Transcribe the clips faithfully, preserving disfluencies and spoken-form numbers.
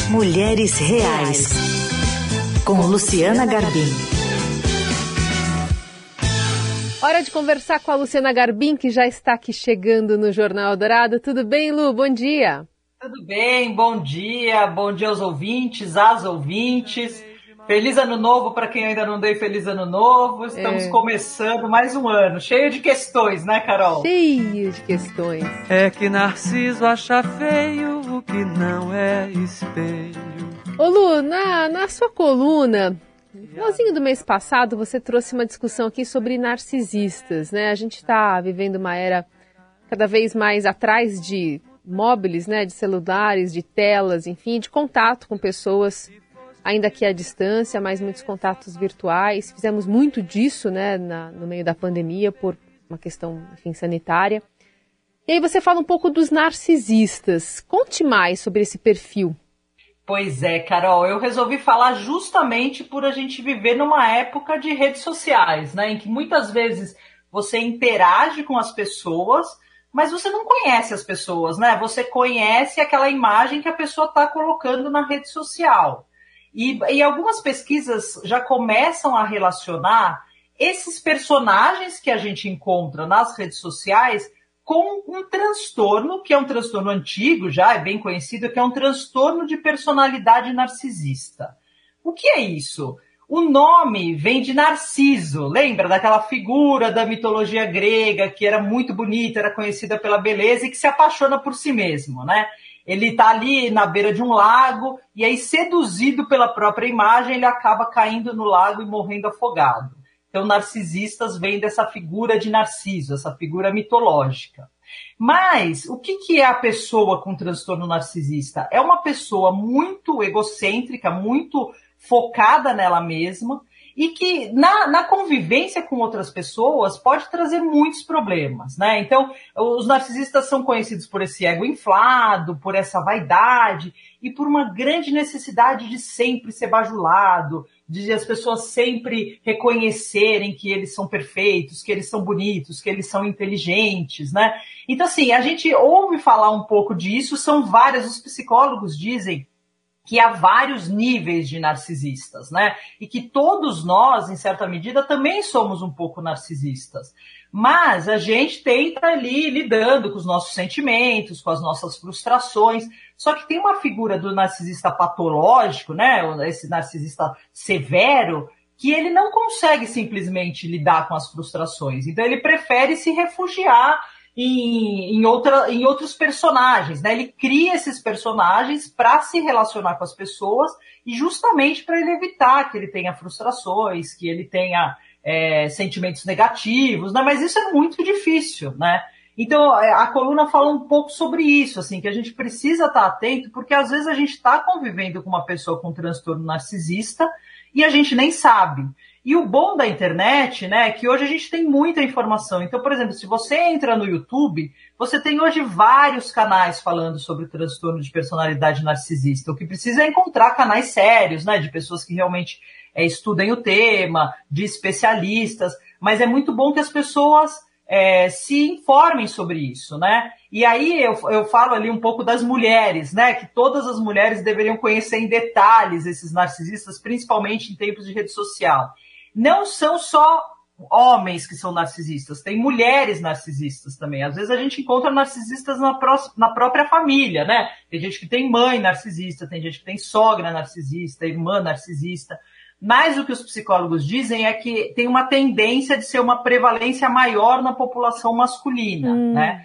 Mulheres Reais, com Luciana Garbim. Hora de conversar com a Luciana Garbim, que já está aqui chegando no Jornal Eldorado. Tudo bem, Lu? Bom dia. Tudo bem, bom dia. Bom dia aos ouvintes, às ouvintes. Feliz Ano Novo para quem ainda não deu Feliz Ano Novo. Estamos é. começando mais um ano, cheio de questões, né, Carol? Cheio de questões. É que Narciso acha feio o que não é espelho. Ô Lu, na, na sua coluna, no finalzinho do mês passado, você trouxe uma discussão aqui sobre narcisistas, né? A gente está vivendo uma era cada vez mais atrás de móveis, né? De celulares, de telas, enfim, de contato com pessoas, ainda aqui à distância, mas muitos contatos virtuais. Fizemos muito disso, né, na, no meio da pandemia, por uma questão, enfim, sanitária. E aí você fala um pouco dos narcisistas. Conte mais sobre esse perfil. Pois é, Carol, eu resolvi falar justamente por a gente viver numa época de redes sociais, né, em que muitas vezes você interage com as pessoas, mas você não conhece as pessoas, né? Você conhece aquela imagem que a pessoa está colocando na rede social. E, e algumas pesquisas já começam a relacionar esses personagens que a gente encontra nas redes sociais com um transtorno, que é um transtorno antigo já, é bem conhecido, que é um transtorno de personalidade narcisista. O que é isso? O nome vem de Narciso, lembra daquela figura da mitologia grega que era muito bonita, era conhecida pela beleza e que se apaixona por si mesmo, né? Ele está ali na beira de um lago e aí, seduzido pela própria imagem, ele acaba caindo no lago e morrendo afogado. Então, narcisistas vêm dessa figura de Narciso, essa figura mitológica. Mas o que, que é a pessoa com transtorno narcisista? É uma pessoa muito egocêntrica, muito focada nela mesma e que na, na convivência com outras pessoas pode trazer muitos problemas, né? Então, os narcisistas são conhecidos por esse ego inflado, por essa vaidade e por uma grande necessidade de sempre ser bajulado, de as pessoas sempre reconhecerem que eles são perfeitos, que eles são bonitos, que eles são inteligentes, né? Então, assim, a gente ouve falar um pouco disso, são várias, os psicólogos dizem que há vários níveis de narcisistas, né? E que todos nós, em certa medida, também somos um pouco narcisistas. Mas a gente tenta ali lidando com os nossos sentimentos, com as nossas frustrações. Só que tem uma figura do narcisista patológico, né? Esse narcisista severo, que ele não consegue simplesmente lidar com as frustrações. Então ele prefere se refugiar Em, em, outra, em outros personagens, né? Ele cria esses personagens para se relacionar com as pessoas e justamente para ele evitar que ele tenha frustrações, que ele tenha é, sentimentos negativos, né? Mas isso é muito difícil, né? Então a coluna fala um pouco sobre isso, assim, que a gente precisa estar atento, porque às vezes a gente está convivendo com uma pessoa com transtorno narcisista e a gente nem sabe. E o bom da internet, né, é que hoje a gente tem muita informação. Então, por exemplo, se você entra no YouTube, você tem hoje vários canais falando sobre o transtorno de personalidade narcisista. O que precisa é encontrar canais sérios, né, de pessoas que realmente é, estudem o tema, de especialistas. Mas é muito bom que as pessoas é, se informem sobre isso, né? E aí eu, eu falo ali um pouco das mulheres, né, que todas as mulheres deveriam conhecer em detalhes esses narcisistas, principalmente em tempos de rede social. Não são só homens que são narcisistas, tem mulheres narcisistas também. Às vezes a gente encontra narcisistas na, pró- na própria família, né? Tem gente que tem mãe narcisista, tem gente que tem sogra narcisista, irmã narcisista. Mas o que os psicólogos dizem é que tem uma tendência de ser uma prevalência maior na população masculina, hum. né?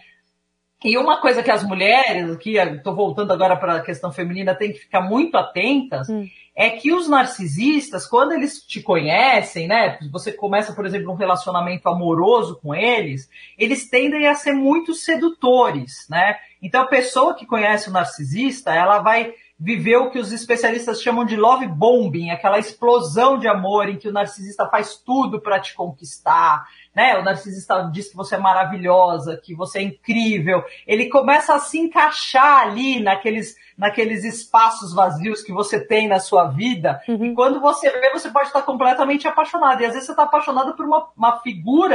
E uma coisa que as mulheres, aqui estou voltando agora para a questão feminina, tem que ficar muito atentas, hum. é que os narcisistas, quando eles te conhecem, né, você começa, por exemplo, um relacionamento amoroso com eles, eles tendem a ser muito sedutores, né? Então a pessoa que conhece o narcisista, ela vai viver o que os especialistas chamam de love bombing, aquela explosão de amor em que o narcisista faz tudo para te conquistar, né? O narcisista diz que você é maravilhosa, que você é incrível. Ele começa a se encaixar ali naqueles, naqueles espaços vazios que você tem na sua vida. Uhum. E quando você vê, você pode estar completamente apaixonado. E às vezes você está apaixonado por uma, uma figura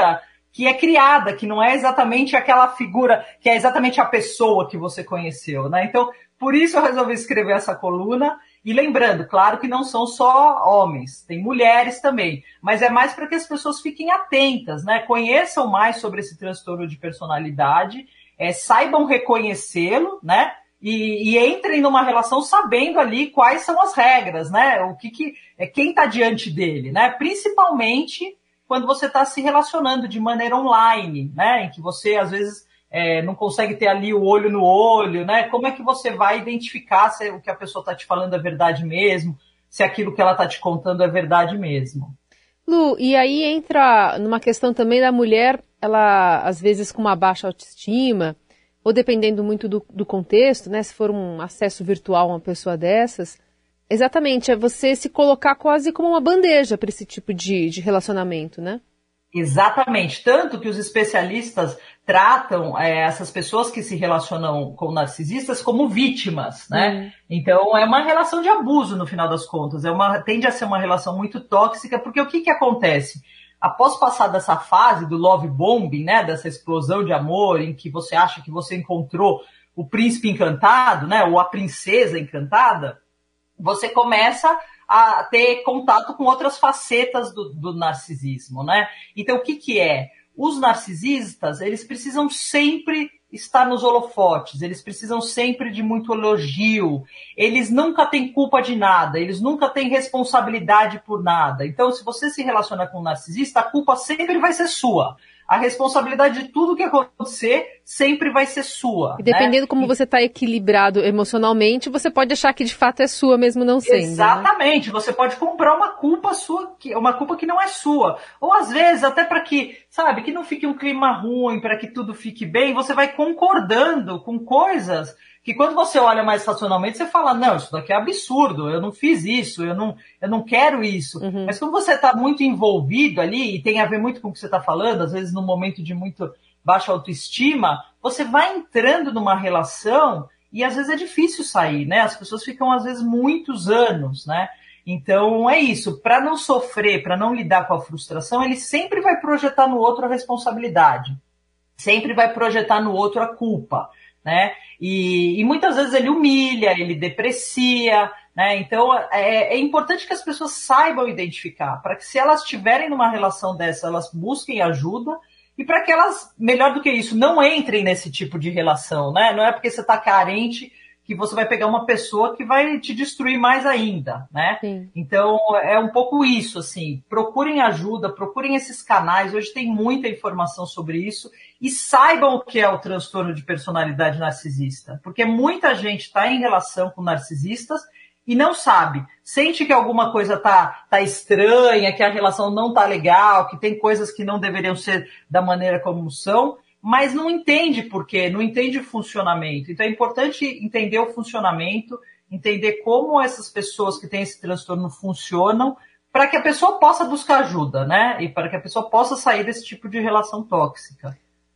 que é criada, que não é exatamente aquela figura, que é exatamente a pessoa que você conheceu, né? Então, por isso eu resolvi escrever essa coluna. E lembrando, claro que não são só homens, tem mulheres também, mas é mais para que as pessoas fiquem atentas, né? Conheçam mais sobre esse transtorno de personalidade, é, saibam reconhecê-lo, né? E, e entrem numa relação sabendo ali quais são as regras, né? O que que é quem está diante dele, né? Principalmente quando você está se relacionando de maneira online, né? Em que você às vezes É, não consegue ter ali o olho no olho, né? Como é que você vai identificar se o que a pessoa está te falando é verdade mesmo, se aquilo que ela está te contando é verdade mesmo? Lu, e aí entra numa questão também da mulher, ela às vezes com uma baixa autoestima, ou dependendo muito do, do contexto, né? Se for um acesso virtual a uma pessoa dessas, exatamente, é você se colocar quase como uma bandeja para esse tipo de, de relacionamento, né? Exatamente, tanto que os especialistas tratam é, essas pessoas que se relacionam com narcisistas como vítimas, né? Hum. Então é uma relação de abuso no final das contas, é uma, tende a ser uma relação muito tóxica, porque o que que acontece? Após passar dessa fase do love bombing, né, dessa explosão de amor em que você acha que você encontrou o príncipe encantado, né, ou a princesa encantada, você começa a ter contato com outras facetas do, do narcisismo, né? Então, o que que é? Os narcisistas, eles precisam sempre estar nos holofotes, eles precisam sempre de muito elogio, eles nunca têm culpa de nada, eles nunca têm responsabilidade por nada. Então, se você se relaciona com um narcisista, a culpa sempre vai ser sua. A responsabilidade de tudo que acontecer sempre vai ser sua. E dependendo né? como e... você está equilibrado emocionalmente, você pode achar que de fato é sua mesmo não sendo. Exatamente. Né? Você pode comprar uma culpa sua, uma culpa que não é sua. Ou às vezes, até para que, sabe, que não fique um clima ruim, para que tudo fique bem, você vai concordando com coisas que quando você olha mais racionalmente, você fala, não, isso daqui é absurdo, eu não fiz isso, eu não, eu não quero isso. Uhum. Mas quando você está muito envolvido ali, e tem a ver muito com o que você está falando, às vezes num momento de muito baixa autoestima, você vai entrando numa relação e às vezes é difícil sair, né? As pessoas ficam às vezes muitos anos, né? Então é isso, para não sofrer, para não lidar com a frustração, ele sempre vai projetar no outro a responsabilidade, sempre vai projetar no outro a culpa, né? E, e muitas vezes ele humilha, ele deprecia, né? Então é, é importante que as pessoas saibam identificar, para que se elas estiverem numa relação dessa, elas busquem ajuda e para que elas, melhor do que isso, não entrem nesse tipo de relação, né? Não é porque você está carente que você vai pegar uma pessoa que vai te destruir mais ainda, né? Sim. Então é um pouco isso, assim, procurem ajuda, procurem esses canais, hoje tem muita informação sobre isso. E saibam o que é o transtorno de personalidade narcisista, porque muita gente está em relação com narcisistas e não sabe, sente que alguma coisa está tá estranha, que a relação não está legal, que tem coisas que não deveriam ser da maneira como são, mas não entende por quê, não entende o funcionamento. Então é importante entender o funcionamento, entender como essas pessoas que têm esse transtorno funcionam, para que a pessoa possa buscar ajuda, né? E para que a pessoa possa sair desse tipo de relação tóxica.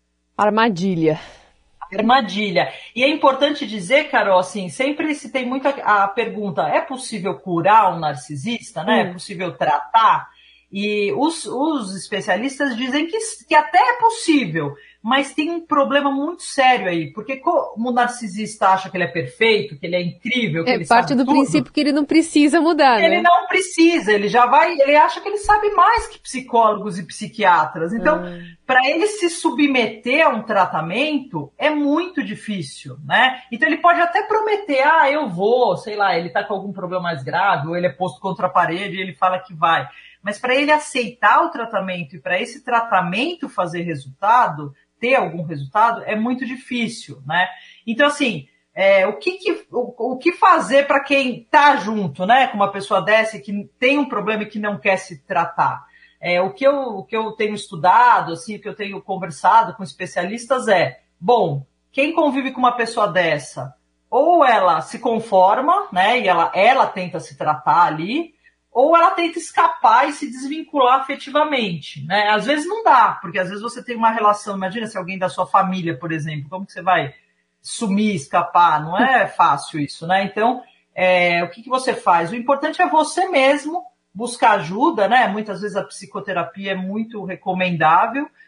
Armadilha. Armadilha. E é importante dizer, Carol, assim, sempre se tem muito a, a pergunta, é possível curar um narcisista, né? Hum. É possível tratar? E os, os especialistas dizem que, que até é possível, mas tem um problema muito sério aí, porque como o narcisista acha que ele é perfeito, que ele é incrível, que é ele parte sabe do tudo, princípio que ele não precisa mudar, ele né? não precisa, ele já vai, ele acha que ele sabe mais que psicólogos e psiquiatras. Então, hum. para ele se submeter a um tratamento é muito difícil, né? Então ele pode até prometer, ah, eu vou, sei lá, ele tá com algum problema mais grave, ou ele é posto contra a parede e ele fala que vai. Mas para ele aceitar o tratamento e para esse tratamento fazer resultado, ter algum resultado, é muito difícil, né? Então, assim, é, o, que, que, o, o que fazer para quem está junto, né, com uma pessoa dessa que tem um problema e que não quer se tratar? É, o, que eu, o que eu tenho estudado, assim, o que eu tenho conversado com especialistas é, bom, quem convive com uma pessoa dessa, ou ela se conforma, né, e ela, ela tenta se tratar ali, ou ela tenta escapar e se desvincular afetivamente, né? Às vezes não dá, porque às vezes você tem uma relação, imagina se alguém da sua família, por exemplo, como que você vai sumir, escapar? Não é fácil isso, né? Então, é, o que, que você faz? O importante é você mesmo buscar ajuda, né? Muitas vezes a psicoterapia é muito recomendável,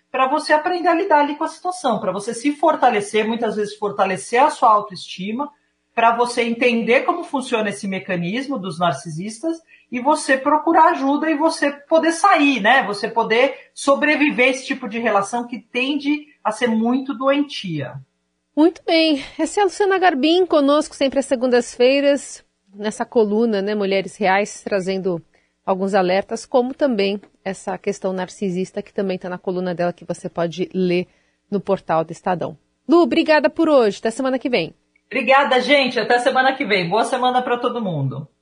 para você aprender a lidar ali com a situação, para você se fortalecer, muitas vezes fortalecer a sua autoestima, para você entender como funciona esse mecanismo dos narcisistas e você procurar ajuda e você poder sair, né? Você poder sobreviver a esse tipo de relação que tende a ser muito doentia. Muito bem. Essa é a Luciana Garbim, conosco sempre às segundas-feiras, nessa coluna, né, Mulheres Reais, trazendo alguns alertas, como também essa questão narcisista, que também está na coluna dela, que você pode ler no portal do Estadão. Lu, obrigada por hoje. Até semana que vem. Obrigada, gente. Até semana que vem. Boa semana para todo mundo.